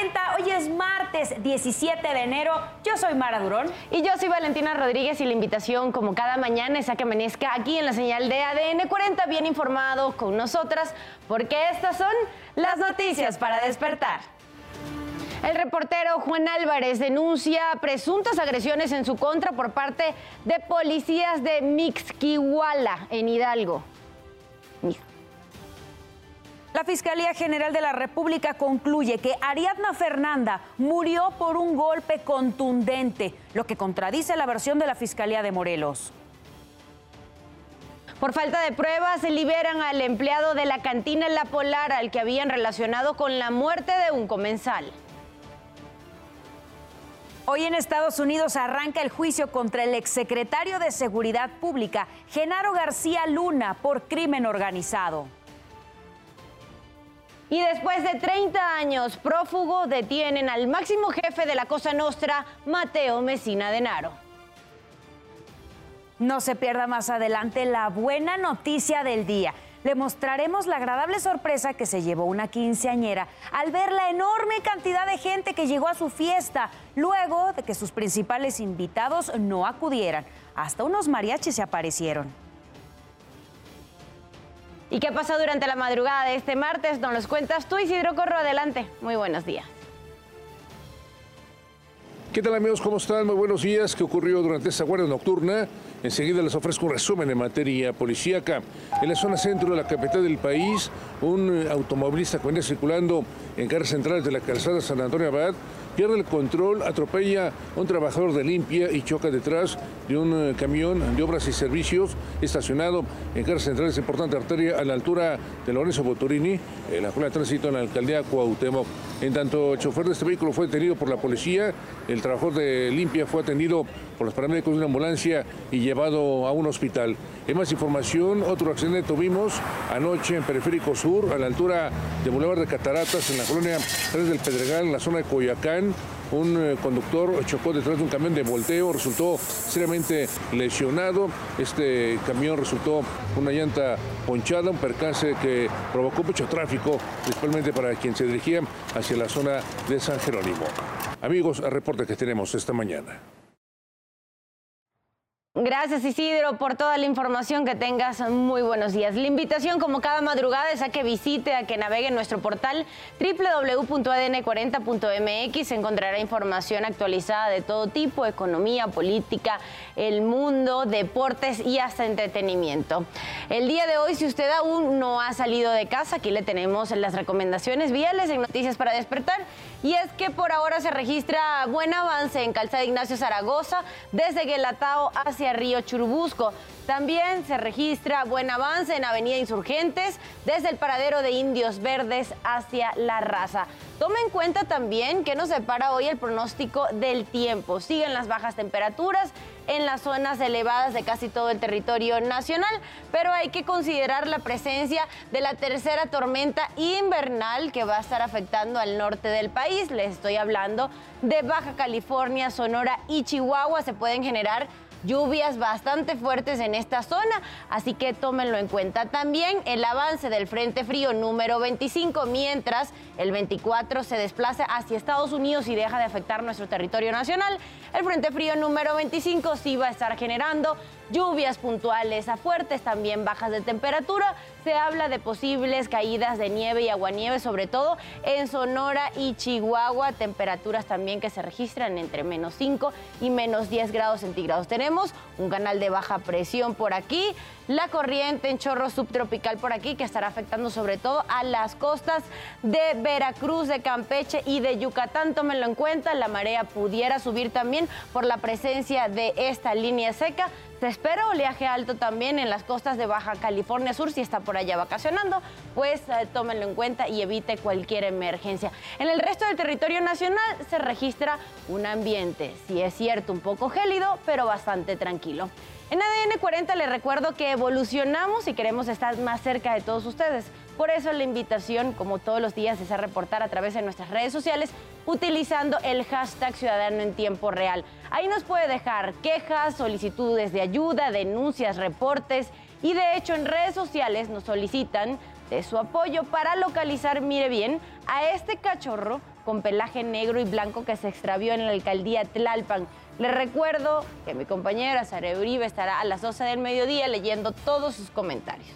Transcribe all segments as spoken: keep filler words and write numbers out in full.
cuarenta, hoy es martes diecisiete de enero. Yo soy Mara Durón. Y yo soy Valentina Rodríguez y la invitación, como cada mañana, es a que amanezca aquí en la señal de A D N cuarenta, bien informado con nosotras, porque estas son las noticias para despertar. El reportero Juan Álvarez denuncia presuntas agresiones en su contra por parte de policías de Mixquihuala, en Hidalgo. La Fiscalía General de la República concluye que Ariadna Fernanda murió por un golpe contundente, lo que contradice la versión de la Fiscalía de Morelos. Por falta de pruebas, se liberan al empleado de la cantina La Polar, al que habían relacionado con la muerte de un comensal. Hoy en Estados Unidos arranca el juicio contra el exsecretario de Seguridad Pública, Genaro García Luna, por crimen organizado. Y después de treinta años, prófugo, detienen al máximo jefe de la Cosa Nostra, Mateo Messina Denaro. No se pierda más adelante la buena noticia del día. Le mostraremos la agradable sorpresa que se llevó una quinceañera al ver la enorme cantidad de gente que llegó a su fiesta, luego de que sus principales invitados no acudieran. Hasta unos mariachis se aparecieron. ¿Y qué pasó durante la madrugada de este martes? Nos los cuentas tú, Isidro Corro. Adelante. Muy buenos días. ¿Qué tal, amigos? ¿Cómo están? Muy buenos días. ¿Qué ocurrió durante esta guardia nocturna? Enseguida les ofrezco un resumen en materia policíaca. En la zona centro de la capital del país, un automovilista que venía circulando en carreras centrales de la calzada San Antonio Abad pierde el control, atropella a un trabajador de limpia y choca detrás de un camión de obras y servicios estacionado en carreras centrales, importante arteria a la altura de Lorenzo Boturini, en la escuela de tránsito en la alcaldía Cuauhtémoc. En tanto, el chofer de este vehículo fue detenido por la policía, el trabajador de limpia fue atendido por los paramédicos de una ambulancia y llevado a un hospital. En más información, otro accidente tuvimos anoche en Periférico Sur, a la altura de Boulevard de Cataratas, en la colonia tres del Pedregal, en la zona de Coyoacán. Un eh, conductor chocó detrás de un camión de volteo, resultó seriamente lesionado. Este camión resultó una llanta ponchada, un percance que provocó mucho tráfico, principalmente para quien se dirigía hacia la zona de San Jerónimo. Amigos, el reporte que tenemos esta mañana. Gracias, Isidro, por toda la información. Que tengas muy buenos días. La invitación, como cada madrugada, es a que visite, a que navegue en nuestro portal doble u doble u doble u punto A D N cuarenta punto M X. Encontrará información actualizada de todo tipo: economía, política, el mundo, deportes y hasta entretenimiento. El día de hoy, si usted aún no ha salido de casa, aquí le tenemos las recomendaciones viales en Noticias para Despertar. Y es que por ahora se registra buen avance en Calzada Ignacio Zaragoza, desde Guelatao hacia Río Churubusco. También se registra buen avance en Avenida Insurgentes, desde el paradero de Indios Verdes hacia La Raza. Tome en cuenta también que nos separa hoy el pronóstico del tiempo. Siguen las bajas temperaturas en las zonas elevadas de casi todo el territorio nacional, pero hay que considerar la presencia de la tercera tormenta invernal que va a estar afectando al norte del país. Les estoy hablando de Baja California, Sonora y Chihuahua. Se pueden generar lluvias bastante fuertes en esta zona, así que tómenlo en cuenta. También el avance del Frente Frío número veinticinco, mientras el veinticuatro se desplaza hacia Estados Unidos y deja de afectar nuestro territorio nacional. El Frente Frío número veinticinco sí va a estar generando lluvias puntuales a fuertes, también bajas de temperatura. Se habla de posibles caídas de nieve y aguanieve, sobre todo en Sonora y Chihuahua. Temperaturas también que se registran entre menos cinco y menos diez grados centígrados. Tenemos un canal de baja presión por aquí, la corriente en chorro subtropical por aquí, que estará afectando sobre todo a las costas de Veracruz, de Campeche y de Yucatán. Tómenlo en cuenta, la marea pudiera subir también por la presencia de esta línea seca. Se espera oleaje alto también en las costas de Baja California Sur. Si está por allá vacacionando, pues eh, tómenlo en cuenta y evite cualquier emergencia. En el resto del territorio nacional se registra un ambiente, sí es cierto, un poco gélido, pero bastante tranquilo. En A D N cuarenta les recuerdo que evolucionamos y queremos estar más cerca de todos ustedes. Por eso la invitación, como todos los días, es a reportar a través de nuestras redes sociales utilizando el hashtag Ciudadano en Tiempo Real. Ahí nos puede dejar quejas, solicitudes de ayuda, denuncias, reportes y de hecho en redes sociales nos solicitan de su apoyo para localizar, mire bien, a este cachorro con pelaje negro y blanco que se extravió en la alcaldía Tlalpan. Les recuerdo que mi compañera Sara Uribe estará a las doce del mediodía leyendo todos sus comentarios.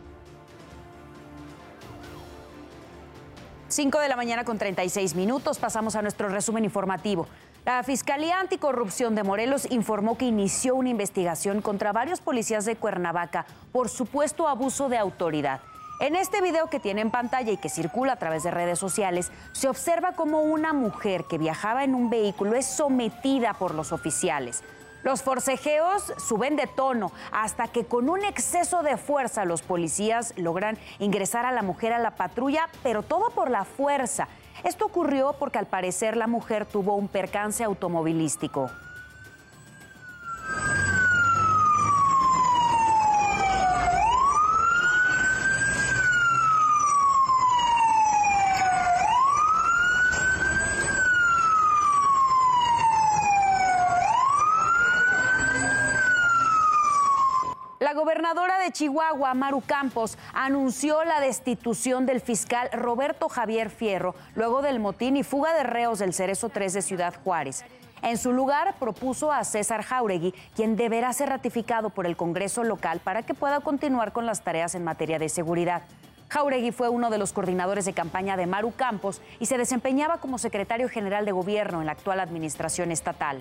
cinco de la mañana con treinta y seis minutos, pasamos a nuestro resumen informativo. La Fiscalía Anticorrupción de Morelos informó que inició una investigación contra varios policías de Cuernavaca por supuesto abuso de autoridad. En este video que tiene en pantalla y que circula a través de redes sociales, se observa cómo una mujer que viajaba en un vehículo es sometida por los oficiales. Los forcejeos suben de tono hasta que con un exceso de fuerza los policías logran ingresar a la mujer a la patrulla, pero todo por la fuerza. Esto ocurrió porque al parecer la mujer tuvo un percance automovilístico. La gobernadora de Chihuahua, Maru Campos, anunció la destitución del fiscal Roberto Javier Fierro luego del motín y fuga de reos del Cerezo tres de Ciudad Juárez. En su lugar, propuso a César Jáuregui, quien deberá ser ratificado por el Congreso local para que pueda continuar con las tareas en materia de seguridad. Jáuregui fue uno de los coordinadores de campaña de Maru Campos y se desempeñaba como secretario general de gobierno en la actual administración estatal.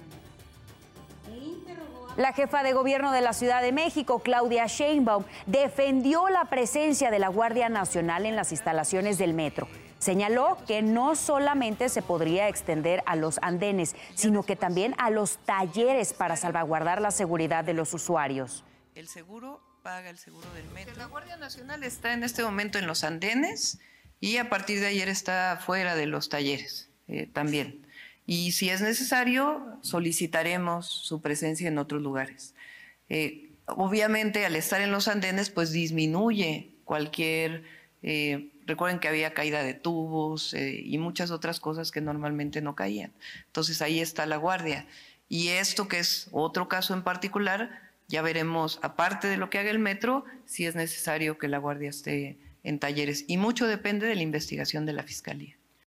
La jefa de gobierno de la Ciudad de México, Claudia Sheinbaum, defendió la presencia de la Guardia Nacional en las instalaciones del metro. Señaló que no solamente se podría extender a los andenes, sino que también a los talleres para salvaguardar la seguridad de los usuarios. El seguro paga el seguro del metro. La Guardia Nacional está en este momento en los andenes y a partir de ayer está fuera de los talleres eh, también. Y si es necesario, solicitaremos su presencia en otros lugares. Eh, obviamente, al estar en los andenes, pues disminuye cualquier... Eh, recuerden que había caída de tubos eh, y muchas otras cosas que normalmente no caían. Entonces, ahí está la guardia. Y esto, que es otro caso en particular, ya veremos, aparte de lo que haga el metro, si es necesario que la guardia esté en talleres. Y mucho depende de la investigación de la Fiscalía.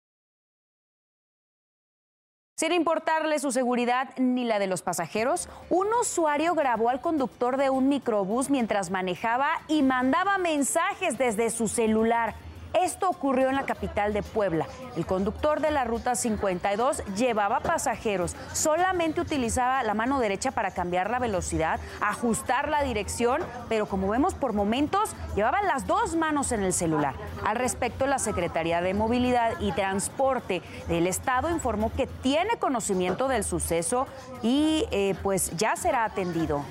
Sin importarle su seguridad ni la de los pasajeros, un usuario grabó al conductor de un microbús mientras manejaba y mandaba mensajes desde su celular. Esto ocurrió en la capital de Puebla. El conductor de la ruta cincuenta y dos llevaba pasajeros, solamente utilizaba la mano derecha para cambiar la velocidad, ajustar la dirección, pero como vemos por momentos, llevaba las dos manos en el celular. Al respecto, la Secretaría de Movilidad y Transporte del Estado informó que tiene conocimiento del suceso y eh, pues ya será atendido.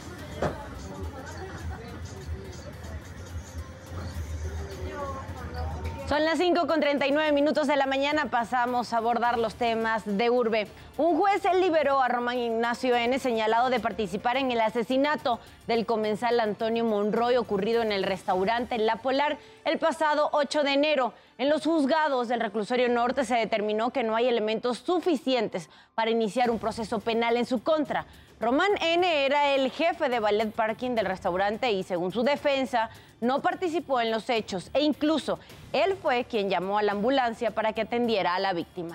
Son las cinco con treinta y nueve minutos de la mañana, pasamos a abordar los temas de urbe. Un juez liberó a Román Ignacio N., señalado de participar en el asesinato del comensal Antonio Monroy ocurrido en el restaurante La Polar el pasado ocho de enero. En los juzgados del Reclusorio Norte se determinó que no hay elementos suficientes para iniciar un proceso penal en su contra. Román N. era el jefe de Ballet Parking del restaurante y, según su defensa, no participó en los hechos e incluso él fue quien llamó a la ambulancia para que atendiera a la víctima.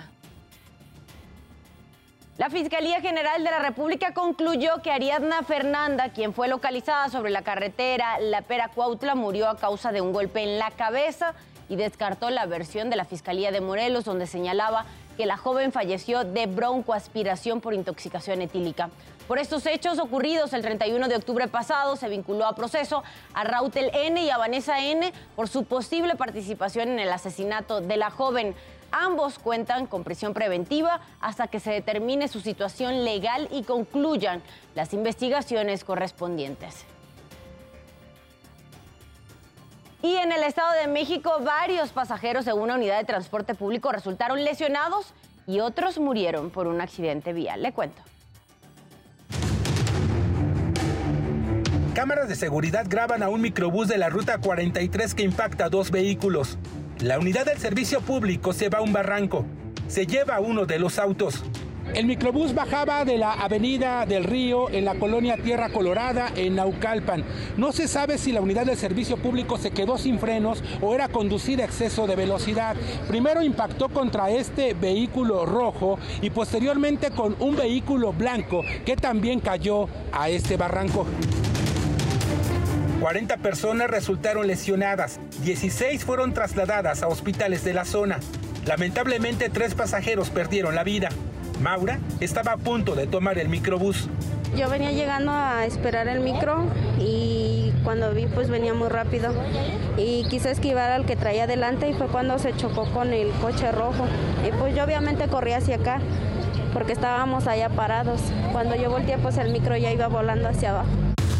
La Fiscalía General de la República concluyó que Ariadna Fernanda, quien fue localizada sobre la carretera La Pera-Cuautla, murió a causa de un golpe en la cabeza y descartó la versión de la Fiscalía de Morelos, donde señalaba que la joven falleció de broncoaspiración por intoxicación etílica. Por estos hechos ocurridos el treinta y uno de octubre pasado, se vinculó a proceso a Rautel N. y a Vanessa N. por su posible participación en el asesinato de la joven. Ambos cuentan con prisión preventiva hasta que se determine su situación legal y concluyan las investigaciones correspondientes. Y en el Estado de México, varios pasajeros de una unidad de transporte público resultaron lesionados y otros murieron por un accidente vial. Le cuento. Cámaras de seguridad graban a un microbús de la ruta cuarenta y tres que impacta a dos vehículos. La unidad del servicio público se va a un barranco. Se lleva uno de los autos. El microbús bajaba de la Avenida del Río en la colonia Tierra Colorada en Naucalpan. No se sabe si la unidad del servicio público se quedó sin frenos o era conducida a exceso de velocidad. Primero impactó contra este vehículo rojo y posteriormente con un vehículo blanco que también cayó a este barranco. cuarenta personas resultaron lesionadas, dieciséis fueron trasladadas a hospitales de la zona. Lamentablemente, tres pasajeros perdieron la vida. Maura estaba a punto de tomar el microbús. Yo venía llegando a esperar el micro y cuando vi pues venía muy rápido y quise esquivar al que traía adelante y fue cuando se chocó con el coche rojo. Y pues yo obviamente corrí hacia acá porque estábamos allá parados. Cuando yo volteé pues el micro ya iba volando hacia abajo.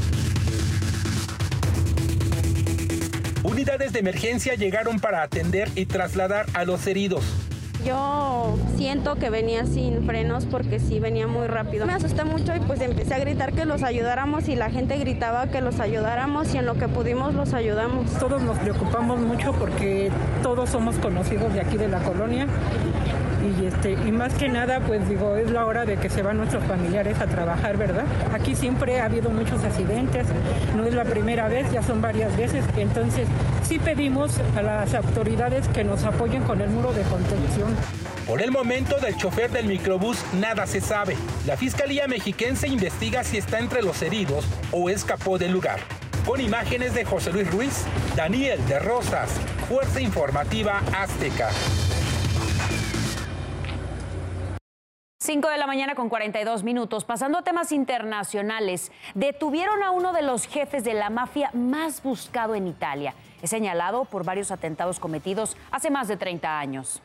Unidades de emergencia llegaron para atender y trasladar a los heridos. Yo siento que venía sin frenos porque sí venía muy rápido. Me asusté mucho y pues empecé a gritar que los ayudáramos y la gente gritaba que los ayudáramos y en lo que pudimos los ayudamos. Todos nos preocupamos mucho porque todos somos conocidos de aquí de la colonia y, este, y más que nada pues digo es la hora de que se van nuestros familiares a trabajar, ¿verdad? Aquí siempre ha habido muchos accidentes, no es la primera vez, ya son varias veces, entonces sí pedimos a las autoridades que nos apoyen con el muro de contención. Por el momento del chofer del microbús nada se sabe. La Fiscalía Mexiquense investiga si está entre los heridos o escapó del lugar. Con imágenes de José Luis Ruiz, Daniel de Rosas, Fuerza Informativa Azteca. cinco de la mañana con cuarenta y dos minutos. Pasando a temas internacionales, detuvieron a uno de los jefes de la mafia más buscado en Italia. Es señalado por varios atentados cometidos hace más de treinta años.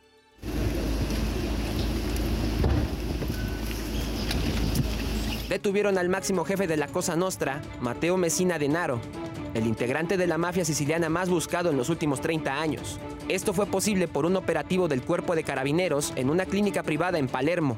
Detuvieron al máximo jefe de la Cosa Nostra, Matteo Messina Denaro, el integrante de la mafia siciliana más buscado en los últimos treinta años. Esto fue posible por un operativo del Cuerpo de Carabineros en una clínica privada en Palermo.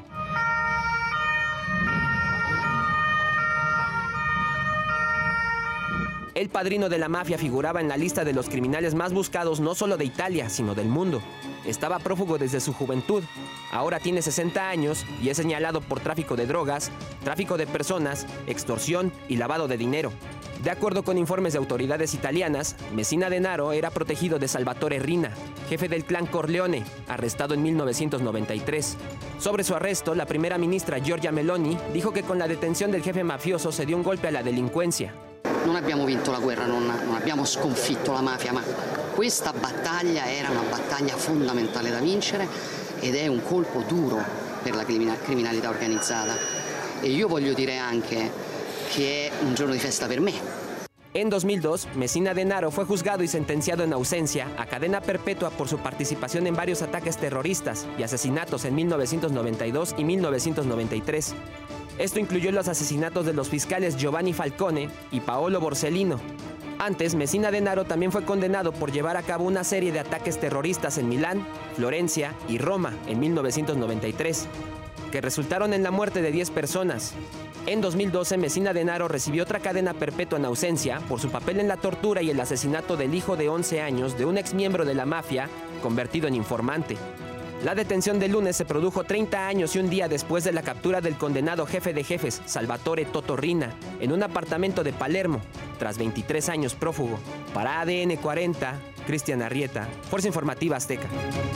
El padrino de la mafia figuraba en la lista de los criminales más buscados no solo de Italia, sino del mundo. Estaba prófugo desde su juventud. Ahora tiene sesenta años y es señalado por tráfico de drogas, tráfico de personas, extorsión y lavado de dinero. De acuerdo con informes de autoridades italianas, Messina Denaro era protegido de Salvatore Riina, jefe del clan Corleone, arrestado en mil novecientos noventa y tres. Sobre su arresto, la primera ministra Giorgia Meloni dijo que con la detención del jefe mafioso se dio un golpe a la delincuencia. Non abbiamo vinto la guerra, non, non abbiamo sconfitto la mafia, ma questa battaglia era una battaglia fondamentale da vincere ed è un colpo duro per la criminalità organizzata. E io voglio dire anche che è un giorno di festa per me. En dos mil dos, Messina Denaro fue juzgado y sentenciado en ausencia a cadena perpetua por su participación en varios ataques terroristas y asesinatos en mil novecientos noventa y dos y mil novecientos noventa y tres. Esto incluyó los asesinatos de los fiscales Giovanni Falcone y Paolo Borsellino. Antes, Messina Denaro también fue condenado por llevar a cabo una serie de ataques terroristas en Milán, Florencia y Roma en mil novecientos noventa y tres, que resultaron en la muerte de diez personas. En dos mil doce, Messina Denaro recibió otra cadena perpetua en ausencia por su papel en la tortura y el asesinato del hijo de once años de un exmiembro de la mafia, convertido en informante. La detención del lunes se produjo treinta años y un día después de la captura del condenado jefe de jefes, Salvatore Toto Riina, en un apartamento de Palermo, tras veintitrés años prófugo. Para A D N cuarenta, Cristian Arrieta, Fuerza Informativa Azteca.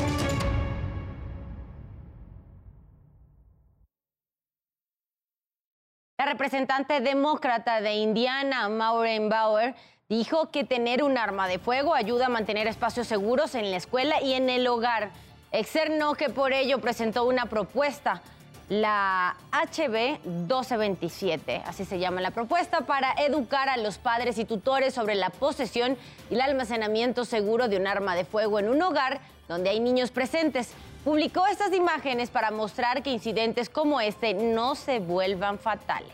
La representante demócrata de Indiana, Maureen Bauer, dijo que tener un arma de fuego ayuda a mantener espacios seguros en la escuela y en el hogar. Externó que por ello presentó una propuesta, la H B doce veintisiete, así se llama la propuesta, para educar a los padres y tutores sobre la posesión y el almacenamiento seguro de un arma de fuego en un hogar donde hay niños presentes. Publicó estas imágenes para mostrar que incidentes como este no se vuelvan fatales.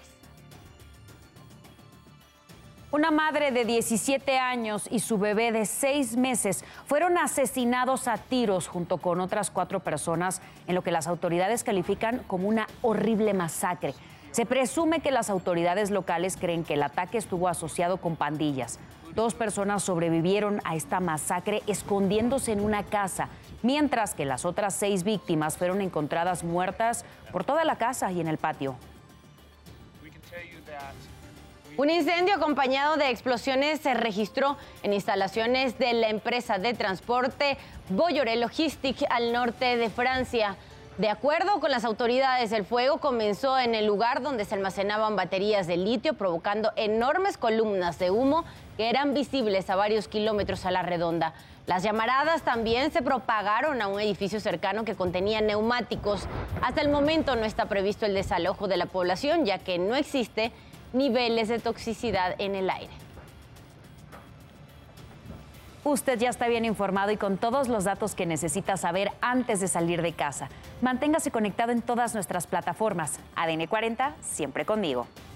Una madre de diecisiete años y su bebé de seis meses fueron asesinados a tiros junto con otras cuatro personas en lo que las autoridades califican como una horrible masacre. Se presume que las autoridades locales creen que el ataque estuvo asociado con pandillas. Dos personas sobrevivieron a esta masacre escondiéndose en una casa, mientras que las otras seis víctimas fueron encontradas muertas por toda la casa y en el patio. Un incendio acompañado de explosiones se registró en instalaciones de la empresa de transporte Bolloré Logistic al norte de Francia. De acuerdo con las autoridades, el fuego comenzó en el lugar donde se almacenaban baterías de litio, provocando enormes columnas de humo que eran visibles a varios kilómetros a la redonda. Las llamaradas también se propagaron a un edificio cercano que contenía neumáticos. Hasta el momento no está previsto el desalojo de la población, ya que no existe niveles de toxicidad en el aire. Usted ya está bien informado y con todos los datos que necesita saber antes de salir de casa. Manténgase conectado en todas nuestras plataformas. A D N cuarenta, siempre conmigo.